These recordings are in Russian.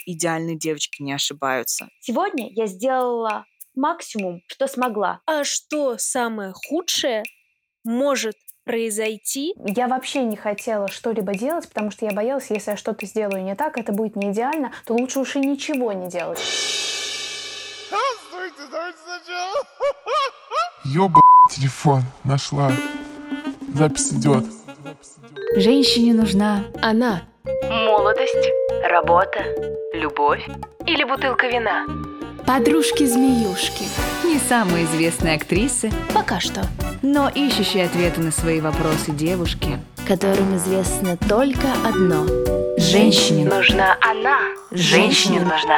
идеальные девочки не ошибаются. Сегодня я сделала максимум, что смогла. А что самое худшее может произойти? Я вообще не хотела что-либо делать, потому что я боялась, если я что-то сделаю не так, это будет не идеально, то лучше уж и ничего не делать. Стойте, давайте сначала. Ёба, телефон нашла. Запись идет. Женщине нужна Она. молодость, работа, любовь или бутылка вина. Подружки-змеюшки. Не самые известные актрисы, Пока что. но ищущие ответы на свои вопросы девушки. Которым известно только одно. Женщине нужна она. Женщине нужна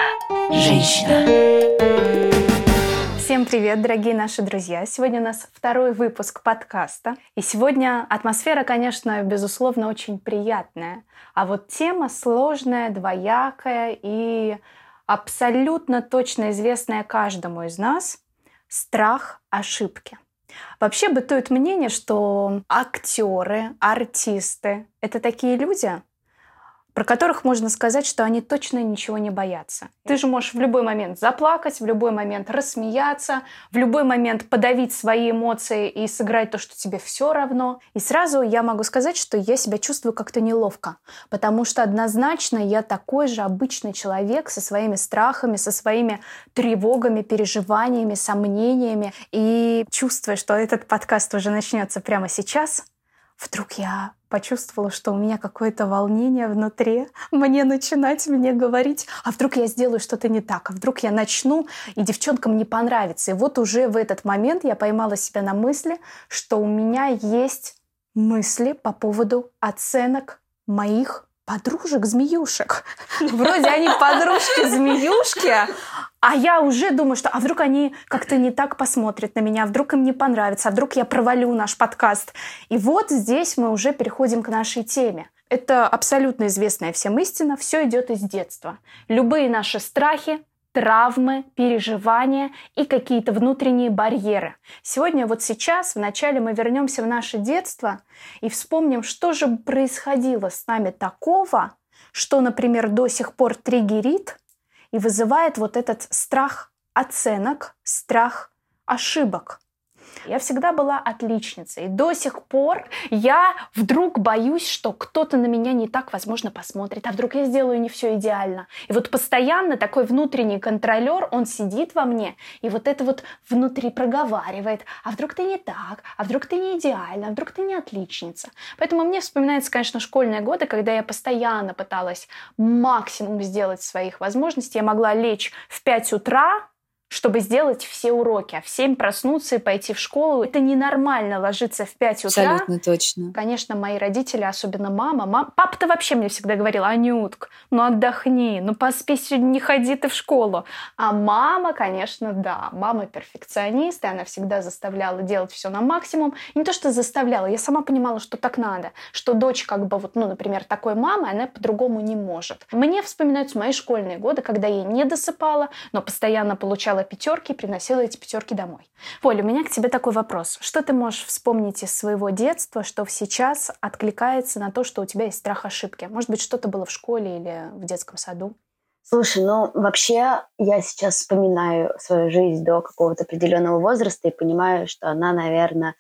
женщина. Всем привет, дорогие наши друзья! Сегодня у нас второй выпуск подкаста. И сегодня атмосфера, конечно, безусловно, очень приятная. А вот тема сложная, двоякая и абсолютно точно известная каждому из нас — страх ошибки. Вообще бытует мнение, что актеры, артисты — это такие люди, про которых можно сказать, что они точно ничего не боятся. Ты же можешь в любой момент заплакать, в любой момент рассмеяться, в любой момент подавить свои эмоции и сыграть то, что тебе все равно. И сразу я могу сказать, что я себя чувствую как-то неловко, потому что однозначно я такой же обычный человек со своими страхами, со своими тревогами, переживаниями, сомнениями. И чувствуя, что этот подкаст уже начнется прямо сейчас, вдруг я почувствовала, что у меня какое-то волнение внутри. Мне говорить, а вдруг я сделаю что-то не так, а вдруг я начну, и девчонкам не понравится. И вот уже в этот момент я поймала себя на мысли, что у меня есть мысли по поводу оценок моих подружек-змеюшек. Вроде они подружки-змеюшки, а я уже думаю, что а вдруг они как-то не так посмотрят на меня, а вдруг им не понравится, а вдруг я провалю наш подкаст. И вот здесь мы уже переходим к нашей теме. Это абсолютно известная всем истина, все идет из детства. Любые наши страхи, травмы, переживания и какие-то внутренние барьеры. Сегодня, вот сейчас, вначале мы вернемся в наше детство и вспомним, что же происходило с нами такого, что, например, до сих пор триггерит и вызывает вот этот страх оценок, страх ошибок. Я всегда была отличницей. И до сих пор я вдруг боюсь, что кто-то на меня не так, возможно, посмотрит. А вдруг я сделаю не все идеально. И вот постоянно такой внутренний контролер, он сидит во мне и вот это вот внутри проговаривает. А вдруг ты не так? А вдруг ты не идеальна? А вдруг ты не отличница? Поэтому мне вспоминаются, конечно, школьные годы, когда я постоянно пыталась максимум сделать своих возможностей. Я могла лечь в 5 утра, чтобы сделать все уроки, а в 7 проснуться и пойти в школу. Это ненормально ложиться в 5 утра. Абсолютно точно. Конечно, мои родители, особенно мама. Папа-то вообще мне всегда говорил: Анютка, ну отдохни, ну поспи сегодня, не ходи ты в школу. А мама, конечно, да. Мама перфекционист, и она всегда заставляла делать все на максимум. И не то, что заставляла, я сама понимала, что так надо. Что дочь как бы вот, например, такой мамы, она по-другому не может. Мне вспоминаются мои школьные годы, когда я не досыпала, но постоянно получала пятерки и приносила эти пятерки домой. Поля, у меня к тебе такой вопрос. Что ты можешь вспомнить из своего детства, что сейчас откликается на то, что у тебя есть страх ошибки? Может быть, что-то было в школе или в детском саду? Слушай, вообще я сейчас вспоминаю свою жизнь до какого-то определенного возраста и понимаю, что она, наверное,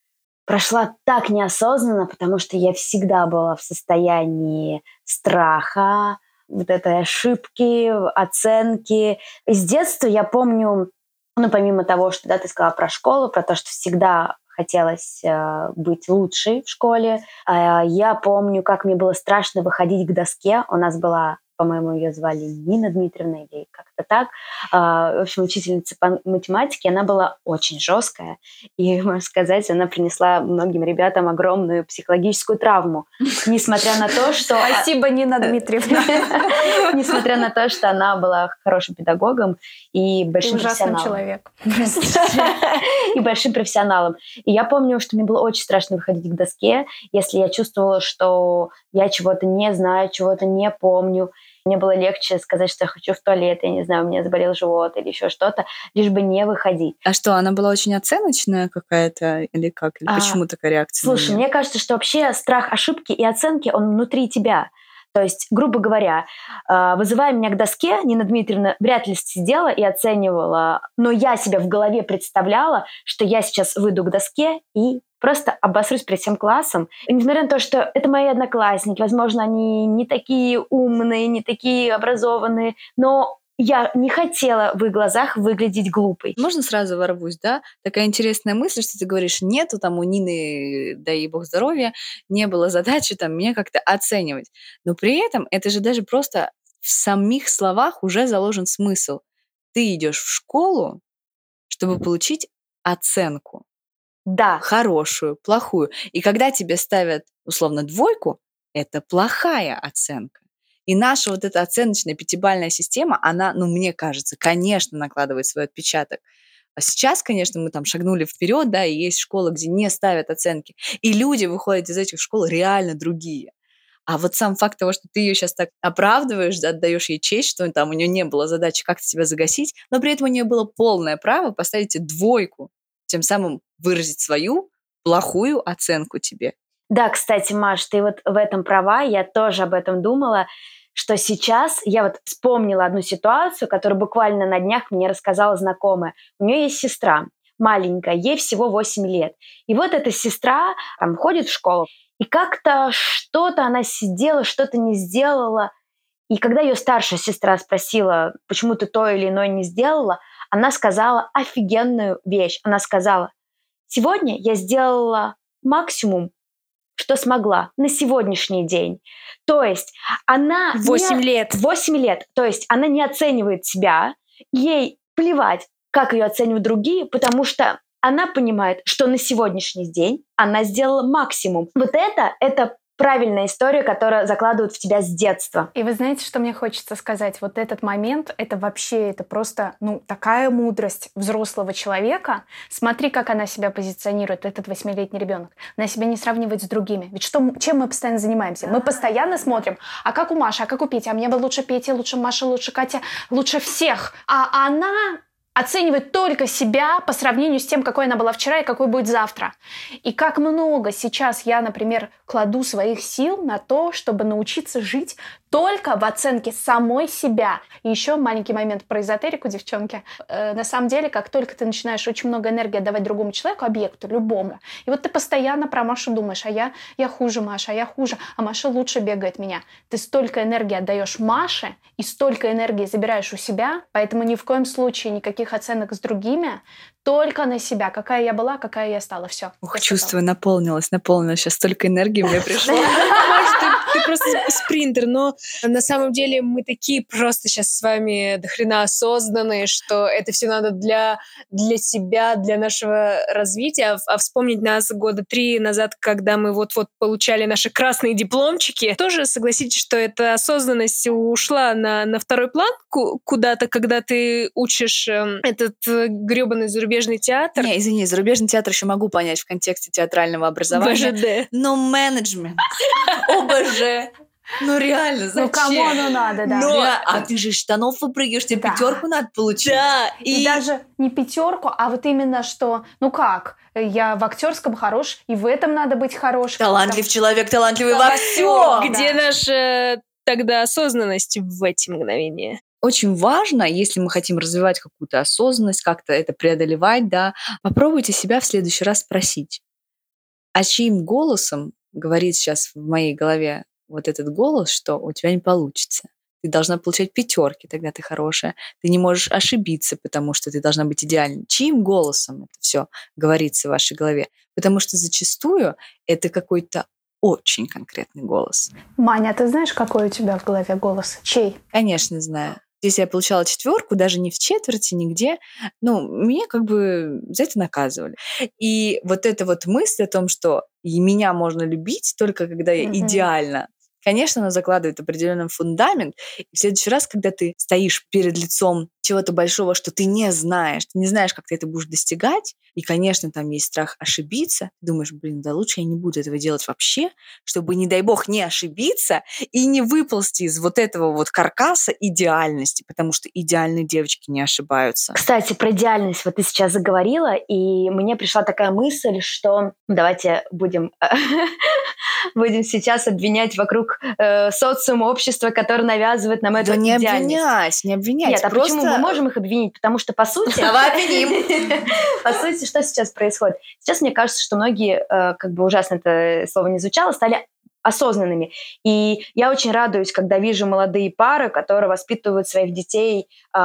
прошла так неосознанно, потому что я всегда была в состоянии страха, вот этой ошибки, оценки. Из детства я помню, помимо того, что ты сказала про школу, про то, что всегда хотелось быть лучшей в школе, я помню, как мне было страшно выходить к доске. У нас была, по-моему, ее звали Нина Дмитриевна или как-то так. В общем, учительница по математике, она была очень жесткая. И, можно сказать, она принесла многим ребятам огромную психологическую травму. Несмотря на то, что... Спасибо, Нина Дмитриевна. Несмотря на то, что она была хорошим педагогом и большим профессионалом. Ужасным человеком. И большим профессионалом. И я помню, что мне было очень страшно выходить к доске, если я чувствовала, что я чего-то не знаю, чего-то не помню. Мне было легче сказать, что я хочу в туалет, я не знаю, у меня заболел живот или еще что-то, лишь бы не выходить. А что, она была очень оценочная какая-то или как? Или почему такая реакция? Слушай, мне кажется, что вообще страх ошибки и оценки, он внутри тебя. То есть, грубо говоря, вызывая меня к доске, Нина Дмитриевна вряд ли сидела и оценивала, но я себе в голове представляла, что я сейчас выйду к доске и просто обосрусь перед всем классом. И несмотря на то, что это мои одноклассники, возможно, они не такие умные, не такие образованные, но я не хотела в их глазах выглядеть глупой. Можно сразу ворвусь, да? Такая интересная мысль, что ты говоришь, нету там у Нины, дай ей бог здоровья, не было задачи там меня как-то оценивать. Но при этом это же даже просто в самих словах уже заложен смысл. Ты идешь в школу, чтобы получить оценку. Да. Хорошую, плохую. И когда тебе ставят, условно, 2, это плохая оценка. И наша вот эта оценочная пятибалльная система, она, мне кажется, конечно, накладывает свой отпечаток. А сейчас, конечно, мы там шагнули вперед, да, и есть школы, где не ставят оценки. И люди выходят из этих школ реально другие. А вот сам факт того, что ты ее сейчас так оправдываешь, отдаешь ей честь, что там у нее не было задачи как-то себя загасить, но при этом у нее было полное право поставить тебе 2, тем самым выразить свою плохую оценку тебе. Да, кстати, Маш, ты вот в этом права, я тоже об этом думала, что сейчас я вот вспомнила одну ситуацию, которую буквально на днях мне рассказала знакомая. У нее есть сестра маленькая, ей всего 8 лет. И вот эта сестра там ходит в школу, и как-то что-то она сидела, что-то не сделала. И когда ее старшая сестра спросила, почему ты то или иное не сделала, она сказала офигенную вещь. Она сказала, сегодня я сделала максимум, что смогла на сегодняшний день. То есть она... 8 лет. 8 лет. То есть она не оценивает себя, ей плевать, как ее оценивают другие, потому что она понимает, что на сегодняшний день она сделала максимум. Вот это правильная история, которая закладывают в тебя с детства. И вы знаете, что мне хочется сказать? Вот этот момент, это просто, такая мудрость взрослого человека. Смотри, как она себя позиционирует, этот 8-летний ребенок. Она себя не сравнивает с другими. Ведь чем мы постоянно занимаемся? Мы постоянно смотрим, а как у Маши, а как у Пети? А мне бы лучше Петя, лучше Маша, лучше Катя, лучше всех. А она оценивает только себя по сравнению с тем, какой она была вчера и какой будет завтра. И как много сейчас я, например, кладу своих сил на то, чтобы научиться жить только в оценке самой себя. И еще маленький момент про эзотерику, девчонки. На самом деле, как только ты начинаешь очень много энергии отдавать другому человеку, объекту, любому, и вот ты постоянно про Машу думаешь, я хуже Маши, а Маша лучше бегает меня. Ты столько энергии отдаешь Маше и столько энергии забираешь у себя, поэтому ни в коем случае никаких оценок с другими, только на себя. Какая я была, какая я стала. Все. Чувствую, наполнилась. Сейчас столько энергии мне пришло. Ты просто спринтер, но на самом деле мы такие просто сейчас с вами дохрена осознанные, что это все надо для себя, для нашего развития. А вспомнить нас 3 года назад, когда мы вот-вот получали наши красные дипломчики, тоже согласитесь, что эта осознанность ушла на второй план куда-то, когда ты учишь этот грёбаный зарубежный театр. Не, извини, зарубежный театр еще могу понять в контексте театрального образования. БЖД. Но менеджмент, ОБЖ, реально, зачем? Кому оно надо, да. А ты же из штанов выпрыгиваешь, тебе 5 надо получить. Да, и даже не 5, а вот именно что, я в актерском хорош, и в этом надо быть хорош. Талантлив человек, талантливый во всем. Где наша тогда осознанность в эти мгновения? Очень важно, если мы хотим развивать какую-то осознанность, как-то это преодолевать, да, попробуйте себя в следующий раз спросить, а чьим голосом говорит сейчас в моей голове вот этот голос, что у тебя не получится. Ты должна получать 5, тогда ты хорошая. Ты не можешь ошибиться, потому что ты должна быть идеальной. Чьим голосом это все говорится в вашей голове? Потому что зачастую это какой-то очень конкретный голос. Маня, а ты знаешь, какой у тебя в голове голос? Чей? Конечно, знаю. Если я получала 4, даже не в четверти, нигде, меня за это наказывали. И вот эта вот мысль о том, что меня можно любить только когда я идеальна, конечно, она закладывает определенный фундамент. И в следующий раз, когда ты стоишь перед лицом чего-то большого, что ты не знаешь, как ты это будешь достигать, и, конечно, там есть страх ошибиться, ты думаешь, да лучше я не буду этого делать вообще, чтобы, не дай бог, не ошибиться и не выползти из вот этого вот каркаса идеальности, потому что идеальные девочки не ошибаются. Кстати, про идеальность вот ты сейчас заговорила, и мне пришла такая мысль, что давайте будем сейчас обвинять вокруг социума, общества, которое навязывает нам эту идеальность. Не обвинять. Нет, почему мы можем их обвинить? Потому что, по сути... Давай обвиним. По сути, что сейчас происходит? Сейчас мне кажется, что многие, как бы ужасно это слово не звучало, стали осознанными. И я очень радуюсь, когда вижу молодые пары, которые воспитывают своих детей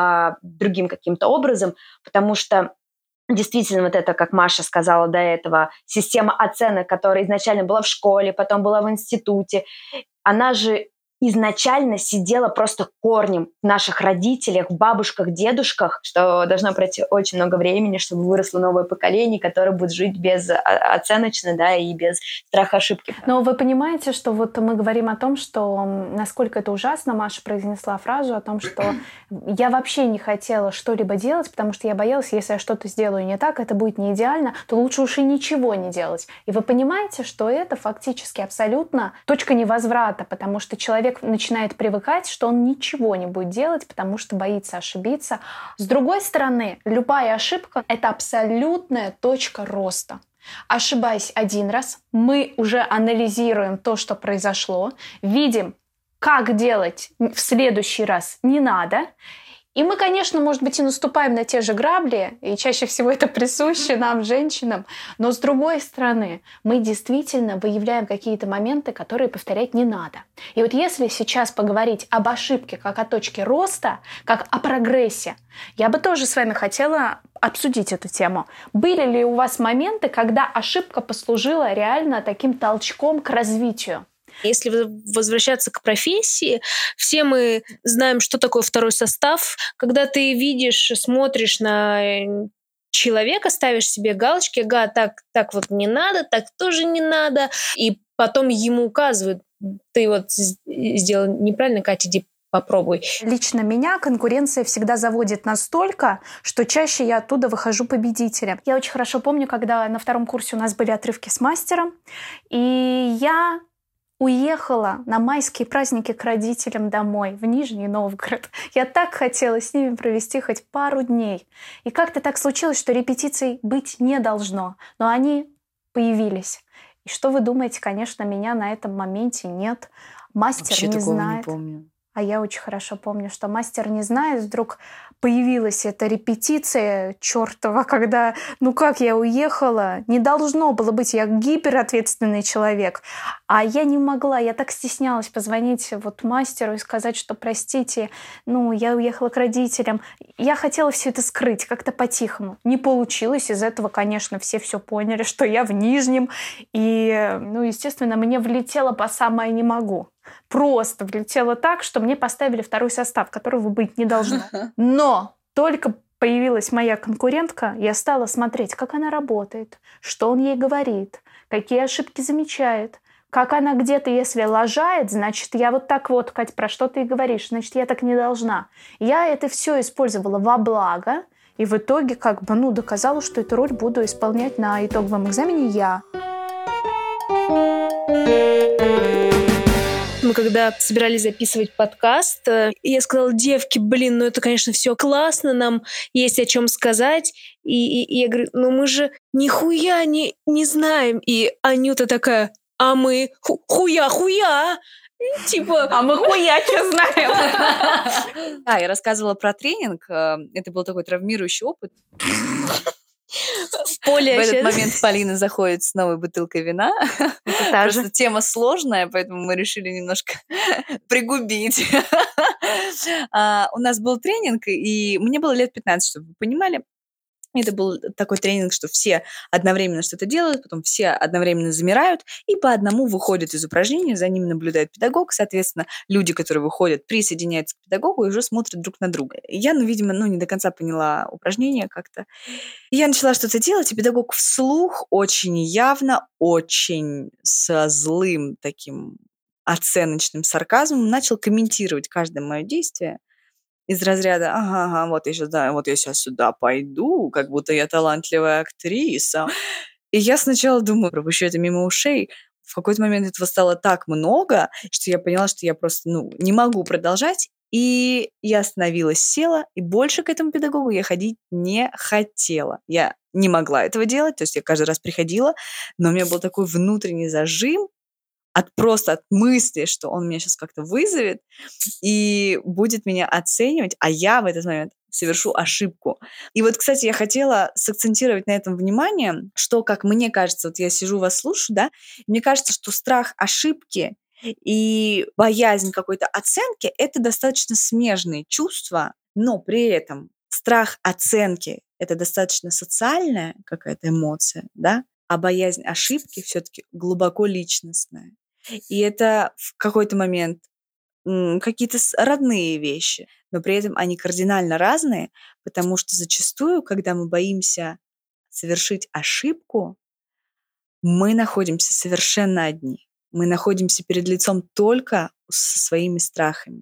другим каким-то образом, потому что действительно, вот это, как Маша сказала до этого, система оценок, которая изначально была в школе, потом была в институте, она же изначально сидела просто корнем в наших родителях, в бабушках, дедушках, что должно пройти очень много времени, чтобы выросло новое поколение, которое будет жить безоценочно, да, и без страха ошибки. Но вы понимаете, что вот мы говорим о том, что насколько это ужасно, Маша произнесла фразу о том, что я вообще не хотела что-либо делать, потому что я боялась, если я что-то сделаю не так, это будет не идеально, то лучше уж и ничего не делать. И вы понимаете, что это фактически абсолютно точка невозврата, потому что человек начинает привыкать, что он ничего не будет делать, потому что боится ошибиться. С другой стороны, любая ошибка — это абсолютная точка роста. Ошибаясь один раз, мы уже анализируем то, что произошло, видим, как делать в следующий раз не надо. И мы, конечно, может быть, и наступаем на те же грабли, и чаще всего это присуще нам, женщинам, но с другой стороны, мы действительно выявляем какие-то моменты, которые повторять не надо. И вот если сейчас поговорить об ошибке как о точке роста, как о прогрессе, я бы тоже с вами хотела обсудить эту тему. Были ли у вас моменты, когда ошибка послужила реально таким толчком к развитию? Если возвращаться к профессии, все мы знаем, что такое второй состав. Когда ты видишь, смотришь на человека, ставишь себе галочки, ага, так вот не надо, так тоже не надо, и потом ему указывают, ты вот сделал неправильно, Катя, иди попробуй. Лично меня конкуренция всегда заводит настолько, что чаще я оттуда выхожу победителем. Я очень хорошо помню, когда на втором курсе у нас были отрывки с мастером, и я уехала на майские праздники к родителям домой, в Нижний Новгород. Я так хотела с ними провести хоть пару дней. И как-то так случилось, что репетиций быть не должно, но они появились. И что вы думаете, конечно, меня на этом моменте нет. Мастер Вообще не такого знает. не помню. А я очень хорошо помню, что мастер не знает, вдруг появилась эта репетиция чертова, когда, как я уехала, не должно было быть, я гиперответственный человек, а я не могла, я так стеснялась позвонить вот мастеру и сказать, что простите, я уехала к родителям. Я хотела все это скрыть как-то по-тихому. Не получилось, из этого, конечно, все поняли, что я в Нижнем, и, естественно, мне влетело по самое не могу. Просто влетело так, что мне поставили второй состав, которого быть не должно. Но только появилась моя конкурентка, я стала смотреть, как она работает, что он ей говорит, какие ошибки замечает, как она где-то, если лажает, значит, я вот так вот, Кать, про что ты и говоришь, значит, я так не должна. Я это все использовала во благо, и в итоге доказала, что эту роль буду исполнять на итоговом экзамене я. Мы когда собирались записывать подкаст, я сказала, девки, это, конечно, все классно, нам есть о чем сказать. И я говорю, мы же нихуя не знаем. И Анюта такая, а мы хуя. Типа, а мы хуя что знаем. Да, я рассказывала про тренинг. Это был такой травмирующий опыт. В этот момент Полина заходит с новой бутылкой вина. Просто тема сложная, поэтому мы решили немножко пригубить. У нас был тренинг, и мне было лет 15, чтобы вы понимали. Это был такой тренинг, что все одновременно что-то делают, потом все одновременно замирают и по одному выходят из упражнения, за ними наблюдает педагог, соответственно, люди, которые выходят, присоединяются к педагогу и уже смотрят друг на друга. И я, видимо, не до конца поняла упражнение как-то. И я начала что-то делать, и педагог вслух очень явно, очень со злым таким оценочным сарказмом начал комментировать каждое мое действие. из разряда, ага, вот я сейчас, да, вот я сейчас сюда пойду, как будто я талантливая актриса. И я сначала думаю, пропущу это мимо ушей. В какой-то момент этого стало так много, что я поняла, что я просто, не могу продолжать. И я остановилась, села, и больше к этому педагогу я ходить не хотела. Я не могла этого делать, то есть я каждый раз приходила, но у меня был такой внутренний зажим от мысли, что он меня сейчас как-то вызовет и будет меня оценивать, а я в этот момент совершу ошибку. И вот, кстати, я хотела сакцентировать на этом внимание, что, как мне кажется, вот я сижу вас слушаю, да, мне кажется, что страх ошибки и боязнь какой-то оценки — это достаточно смежные чувства, но при этом страх оценки — это достаточно социальная какая-то эмоция, да, а боязнь ошибки все-таки глубоко личностная. И это в какой-то момент какие-то родные вещи, но при этом они кардинально разные, потому что зачастую, когда мы боимся совершить ошибку, мы находимся совершенно одни. Мы находимся перед лицом только со своими страхами.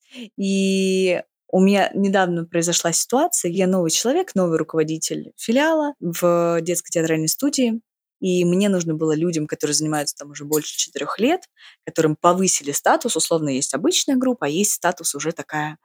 И у меня недавно произошла ситуация, я новый человек, новый руководитель филиала в детской театральной студии, и мне нужно было людям, которые занимаются там уже больше 4 лет, которым повысили статус, условно, есть обычная группа, а есть статус уже такая,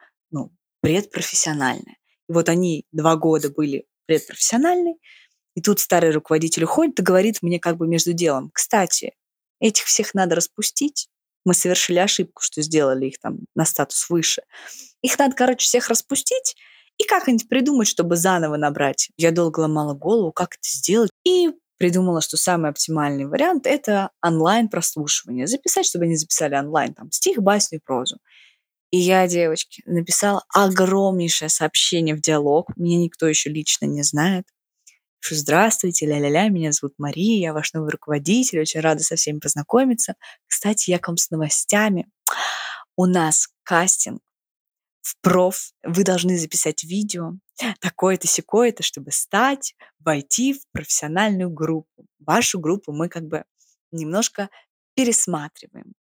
предпрофессиональная. И вот они 2 года были предпрофессиональны, и тут старый руководитель уходит и говорит мне как бы между делом: кстати, этих всех надо распустить, мы совершили ошибку, что сделали их там на статус выше. Их надо, всех распустить и как-нибудь придумать, чтобы заново набрать. Я долго ломала голову, как это сделать, и придумала, что самый оптимальный вариант — это онлайн-прослушивание. Записать, чтобы они записали онлайн, там, стих, басню и прозу. И я, девочки, написала огромнейшее сообщение в диалог. Меня никто еще лично не знает. Пишу: здравствуйте, ля-ля-ля, меня зовут Мария, я ваш новый руководитель, очень рада со всеми познакомиться. Кстати, я к вам с новостями. У нас кастинг в проф, вы должны записать видео такое-то, сякое-то, чтобы войти в профессиональную группу. Вашу группу мы как бы немножко пересматриваем.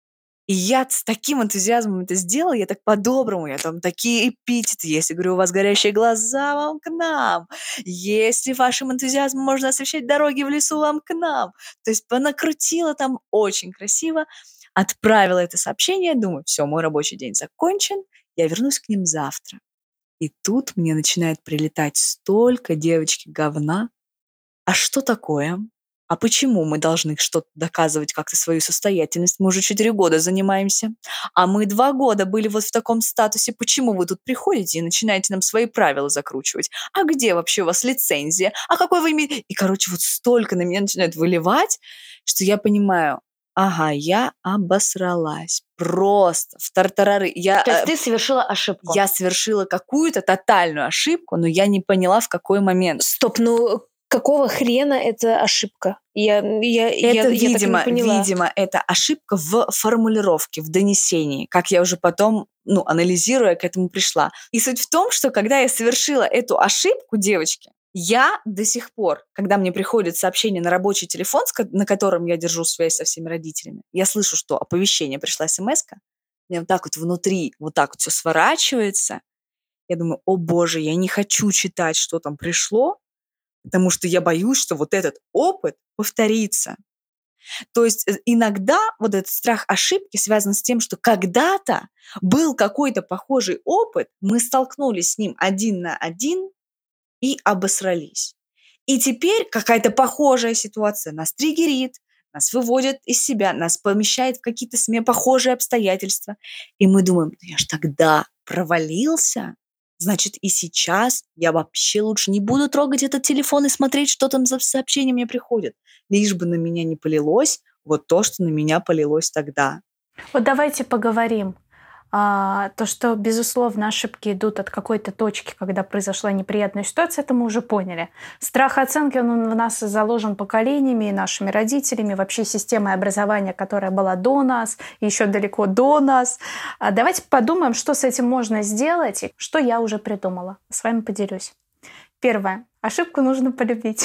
И я с таким энтузиазмом это сделала, я так по-доброму, я там такие эпитеты, если говорю, у вас горящие глаза, вам к нам. Если вашим энтузиазмом можно освещать дороги в лесу, вам к нам. То есть понакрутила там очень красиво, отправила это сообщение, думаю, все, мой рабочий день закончен, я вернусь к ним завтра. И тут мне начинает прилетать столько, девочки, говна. А что такое? А почему мы должны что-то доказывать, как-то свою состоятельность? Мы уже 4 года занимаемся. А мы 2 года были вот в таком статусе. Почему вы тут приходите и начинаете нам свои правила закручивать? А где вообще у вас лицензия? А какой вы имеете? И, вот столько на меня начинает выливать, что я понимаю, ага, я обосралась. Просто в тартарары. То есть ты совершила ошибку? Я совершила какую-то тотальную ошибку, но я не поняла, в какой момент. Стоп, какого хрена это ошибка? Я видимо, так не поняла. Видимо, это ошибка в формулировке, в донесении, как я уже потом, анализируя, к этому пришла. И суть в том, что когда я совершила эту ошибку, девочки, я до сих пор, когда мне приходит сообщение на рабочий телефон, на котором я держу связь со всеми родителями, я слышу, что оповещение, пришла смс-ка, у меня вот так вот внутри, вот так вот все сворачивается. Я думаю, о боже, я не хочу читать, что там пришло, потому что я боюсь, что вот этот опыт повторится. То есть иногда вот этот страх ошибки связан с тем, что когда-то был какой-то похожий опыт, мы столкнулись с ним 1 на 1 и обосрались. И теперь какая-то похожая ситуация нас триггерит, нас выводит из себя, нас помещает в какие-то похожие обстоятельства. И мы думаем, я ж тогда провалился, значит, и сейчас я вообще лучше не буду трогать этот телефон и смотреть, что там за сообщения мне приходят. Лишь бы на меня не полилось вот то, что на меня полилось тогда. Вот давайте поговорим. То, что, безусловно, ошибки идут от какой-то точки, когда произошла неприятная ситуация, это мы уже поняли. Страх оценки, он в нас заложен поколениями и нашими родителями, вообще системой образования, которая была до нас, еще далеко до нас. Давайте подумаем, что с этим можно сделать, и что я уже придумала. С вами поделюсь. Первое. Ошибку нужно полюбить.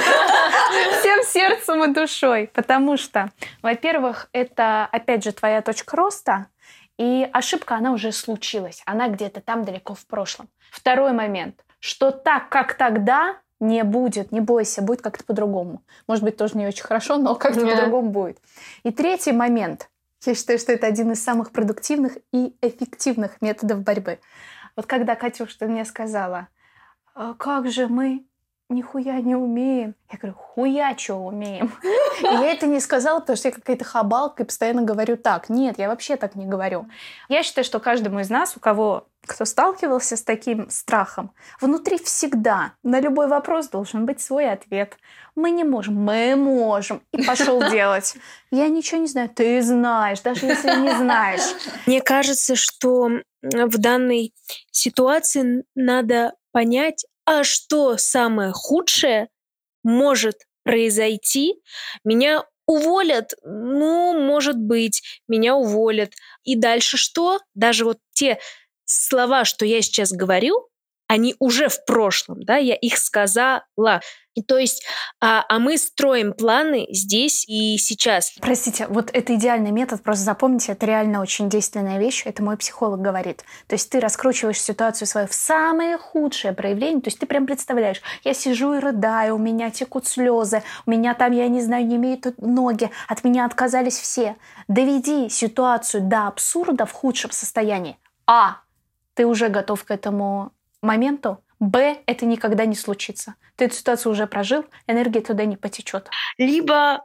Всем сердцем и душой. Потому что, во-первых, это, опять же, твоя точка роста. И ошибка, она уже случилась. Она где-то там далеко в прошлом. Второй момент, что так, как тогда, не будет. Не бойся, будет как-то по-другому. Может быть, тоже не очень хорошо, но как-то по-другому будет. И третий момент. Я считаю, что это один из самых продуктивных и эффективных методов борьбы. Вот когда, Катюш, ты мне сказала, как же мы нихуя не умеем. Я говорю, хуя что умеем. И я это не сказала, потому что я какая-то хабалка и постоянно говорю так. Нет, я вообще так не говорю. Я считаю, что каждому из нас, кто сталкивался с таким страхом, внутри всегда на любой вопрос должен быть свой ответ. Мы не можем, мы можем. И пошел делать. Я ничего не знаю. Ты знаешь, даже если не знаешь. Мне кажется, что в данной ситуации надо понять, а что самое худшее может произойти? Меня уволят? Ну, может быть, меня уволят. И дальше что? Даже вот те слова, что я сейчас говорю, они уже в прошлом, да, я их сказала. И то есть, а мы строим планы здесь и сейчас. Простите, вот это идеальный метод, просто запомните, это реально очень действенная вещь, это мой психолог говорит. То есть ты раскручиваешь ситуацию свою в самое худшее проявление, то есть ты прям представляешь, я сижу и рыдаю, у меня текут слезы, у меня там, я не знаю, не имеют ноги, от меня отказались все. Доведи ситуацию до абсурда в худшем состоянии. А, ты уже готов к этому моменту. Б, это никогда не случится. Ты эту ситуацию уже прожил, энергия туда не потечет. Либо,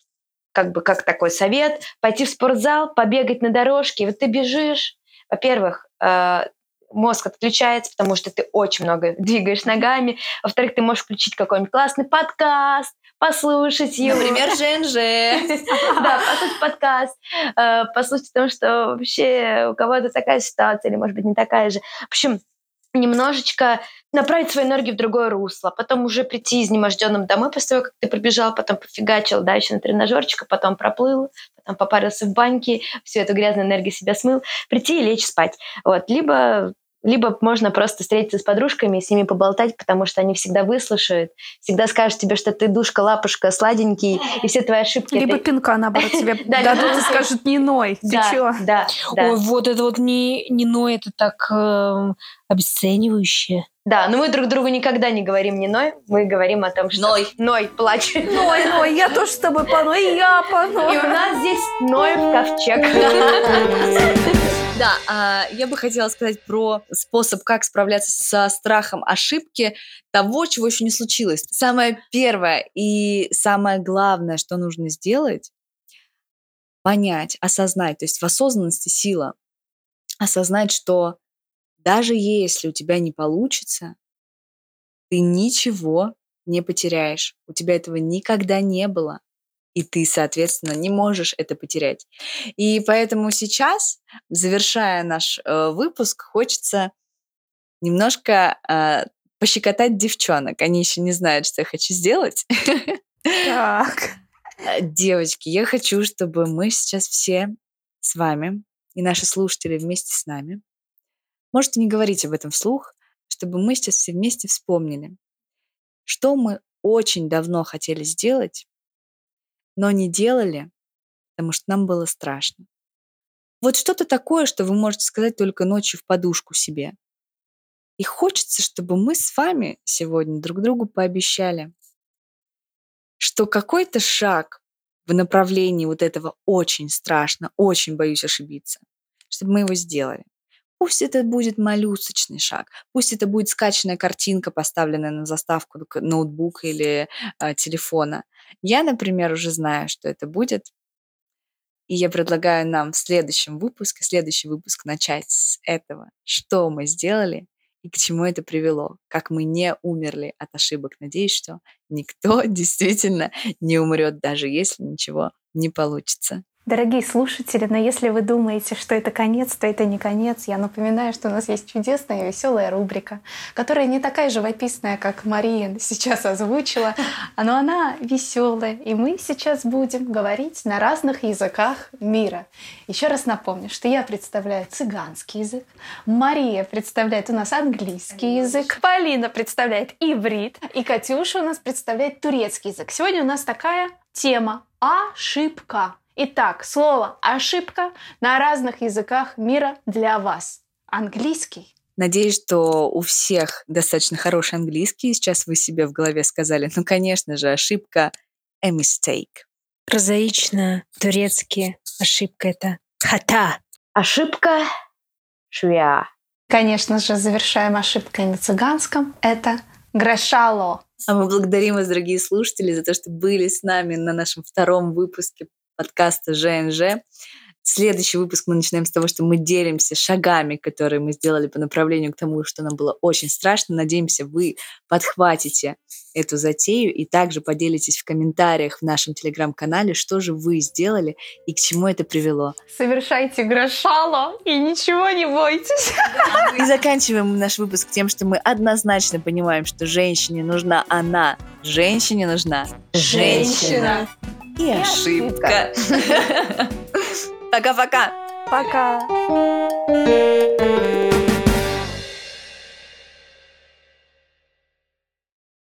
как такой совет, пойти в спортзал, побегать на дорожке. Вот ты бежишь, во-первых, мозг отключается, потому что ты очень много двигаешь ногами. Во-вторых, ты можешь включить какой-нибудь классный подкаст, послушать его. Например, ЖНЖ. Да, послушать подкаст, послушать о том, что вообще у кого-то такая ситуация, или, может быть, не такая же. В общем, немножечко направить свою энергию в другое русло, потом уже прийти изнеможденным домой после того, как ты пробежал, потом пофигачил, да, еще на тренажерчик, потом проплыл, потом попарился в баньке, всю эту грязную энергию себя смыл, прийти и лечь спать. Вот. Либо можно просто встретиться с подружками и с ними поболтать, потому что они всегда выслушают, всегда скажут тебе, что ты душка-лапушка, сладенький, и все твои ошибки... Либо пинка, наоборот, тебе дадут и скажут, не ной, ты чё? Да. Ой, вот это вот не ной, это так обесценивающе. Да, но мы друг другу никогда не говорим не ной, мы говорим о том, что... Ной, плачь. Ной, я тоже с тобой поной, и я поной. И у нас здесь Ноев ковчег. Да, я бы хотела сказать про способ, как справляться со страхом ошибки того, чего еще не случилось. Самое первое и самое главное, что нужно сделать, понять, осознать, то есть в осознанности сила, осознать, что даже если у тебя не получится, ты ничего не потеряешь. У тебя этого никогда не было. И ты, соответственно, не можешь это потерять. И поэтому сейчас, завершая наш выпуск, хочется немножко пощекотать девчонок. Они еще не знают, что я хочу сделать. Так. Девочки, я хочу, чтобы мы сейчас все с вами и наши слушатели вместе с нами, можете не говорить об этом вслух, чтобы мы сейчас все вместе вспомнили, что мы очень давно хотели сделать, но не делали, потому что нам было страшно. Вот что-то такое, что вы можете сказать только ночью в подушку себе. И хочется, чтобы мы с вами сегодня друг другу пообещали, что какой-то шаг в направлении вот этого очень страшно, очень боюсь ошибиться, чтобы мы его сделали. Пусть это будет малюсочный шаг, пусть это будет скачанная картинка, поставленная на заставку ноутбука или телефона. Я, например, уже знаю, что это будет. И я предлагаю нам в следующий выпуск начать с этого, что мы сделали и к чему это привело, как мы не умерли от ошибок. Надеюсь, что никто действительно не умрет, даже если ничего не получится. Дорогие слушатели, но если вы думаете, что это конец, то это не конец. Я напоминаю, что у нас есть чудесная и веселая рубрика, которая не такая живописная, как Мария сейчас озвучила, но она веселая. И мы сейчас будем говорить на разных языках мира. Еще раз напомню, что я представляю цыганский язык, Мария представляет у нас английский язык, Полина представляет иврит, и Катюша у нас представляет турецкий язык. Сегодня у нас такая тема — ошибка. Итак, слово «ошибка» на разных языках мира для вас. Английский. Надеюсь, что у всех достаточно хороший английский. Сейчас вы себе в голове сказали, ну, конечно же, ошибка — a mistake. Прозаично, турецкий. Ошибка это хата. Ошибка — швя. Конечно же, завершаем ошибкой на цыганском. Это грешало. А мы благодарим вас, дорогие слушатели, за то, что были с нами на нашем втором выпуске подкаста ЖНЖ. Следующий выпуск мы начинаем с того, что мы делимся шагами, которые мы сделали по направлению к тому, что нам было очень страшно. Надеемся, вы подхватите эту затею и также поделитесь в комментариях в нашем телеграм-канале, что же вы сделали и к чему это привело. Совершайте грешало и ничего не бойтесь. И заканчиваем наш выпуск тем, что мы однозначно понимаем, что женщине нужна она, женщине нужна женщина. И ошибка. Пока-пока. Пока.